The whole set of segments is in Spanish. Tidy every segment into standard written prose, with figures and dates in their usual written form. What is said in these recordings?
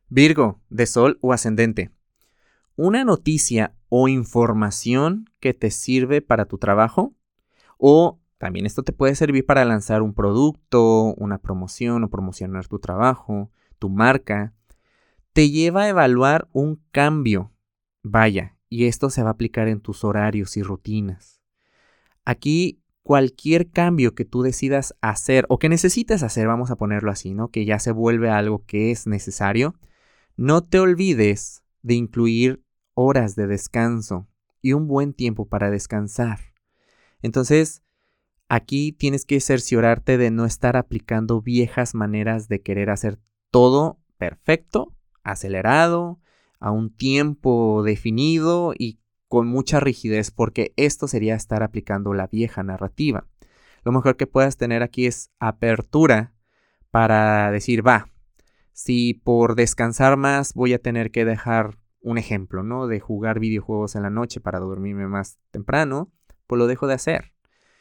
Virgo, de Sol o Ascendente. Una noticia o información que te sirve para tu trabajo, o también esto te puede servir para lanzar un producto, una promoción o promocionar tu trabajo, tu marca, te lleva a evaluar un cambio. Vaya, y esto se va a aplicar en tus horarios y rutinas. Aquí cualquier cambio que tú decidas hacer o que necesites hacer, vamos a ponerlo así, ¿no? Que ya se vuelve algo que es necesario. No te olvides de incluir horas de descanso y un buen tiempo para descansar. Entonces, aquí tienes que cerciorarte de no estar aplicando viejas maneras de querer hacer todo perfecto, acelerado, a un tiempo definido y con mucha rigidez, porque esto sería estar aplicando la vieja narrativa. Lo mejor que puedas tener aquí es apertura para decir, si por descansar más voy a tener que dejar un ejemplo, ¿no? De jugar videojuegos en la noche para dormirme más temprano, pues lo dejo de hacer.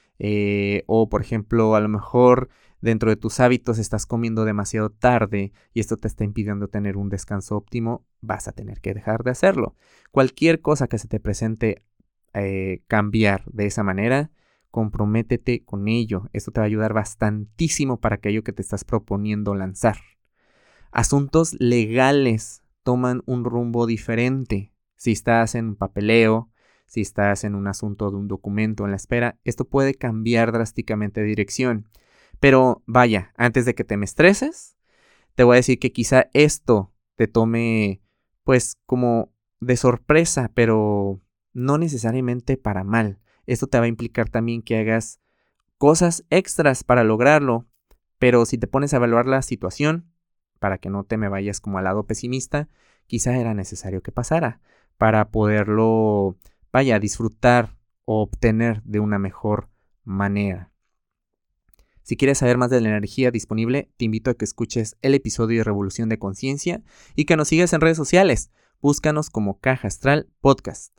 O por ejemplo, a lo mejor dentro de tus hábitos estás comiendo demasiado tarde y esto te está impidiendo tener un descanso óptimo, vas a tener que dejar de hacerlo. Cualquier cosa que se te presente cambiar de esa manera, comprométete con ello. Esto te va a ayudar bastantísimo para aquello que te estás proponiendo lanzar. Asuntos legales toman un rumbo diferente. Si estás en un papeleo, si estás en un asunto de un documento en la espera, esto puede cambiar drásticamente de dirección. Pero vaya, antes de que te me estreses, te voy a decir que quizá esto te tome pues como de sorpresa, pero no necesariamente para mal. Esto te va a implicar también que hagas cosas extras para lograrlo, pero si te pones a evaluar la situación, para que no te me vayas como al lado pesimista, quizá era necesario que pasara para poderlo, disfrutar o obtener de una mejor manera. Si quieres saber más de la energía disponible, te invito a que escuches el episodio de Revolución de Conciencia y que nos sigas en redes sociales. Búscanos como Caja Astral Podcast.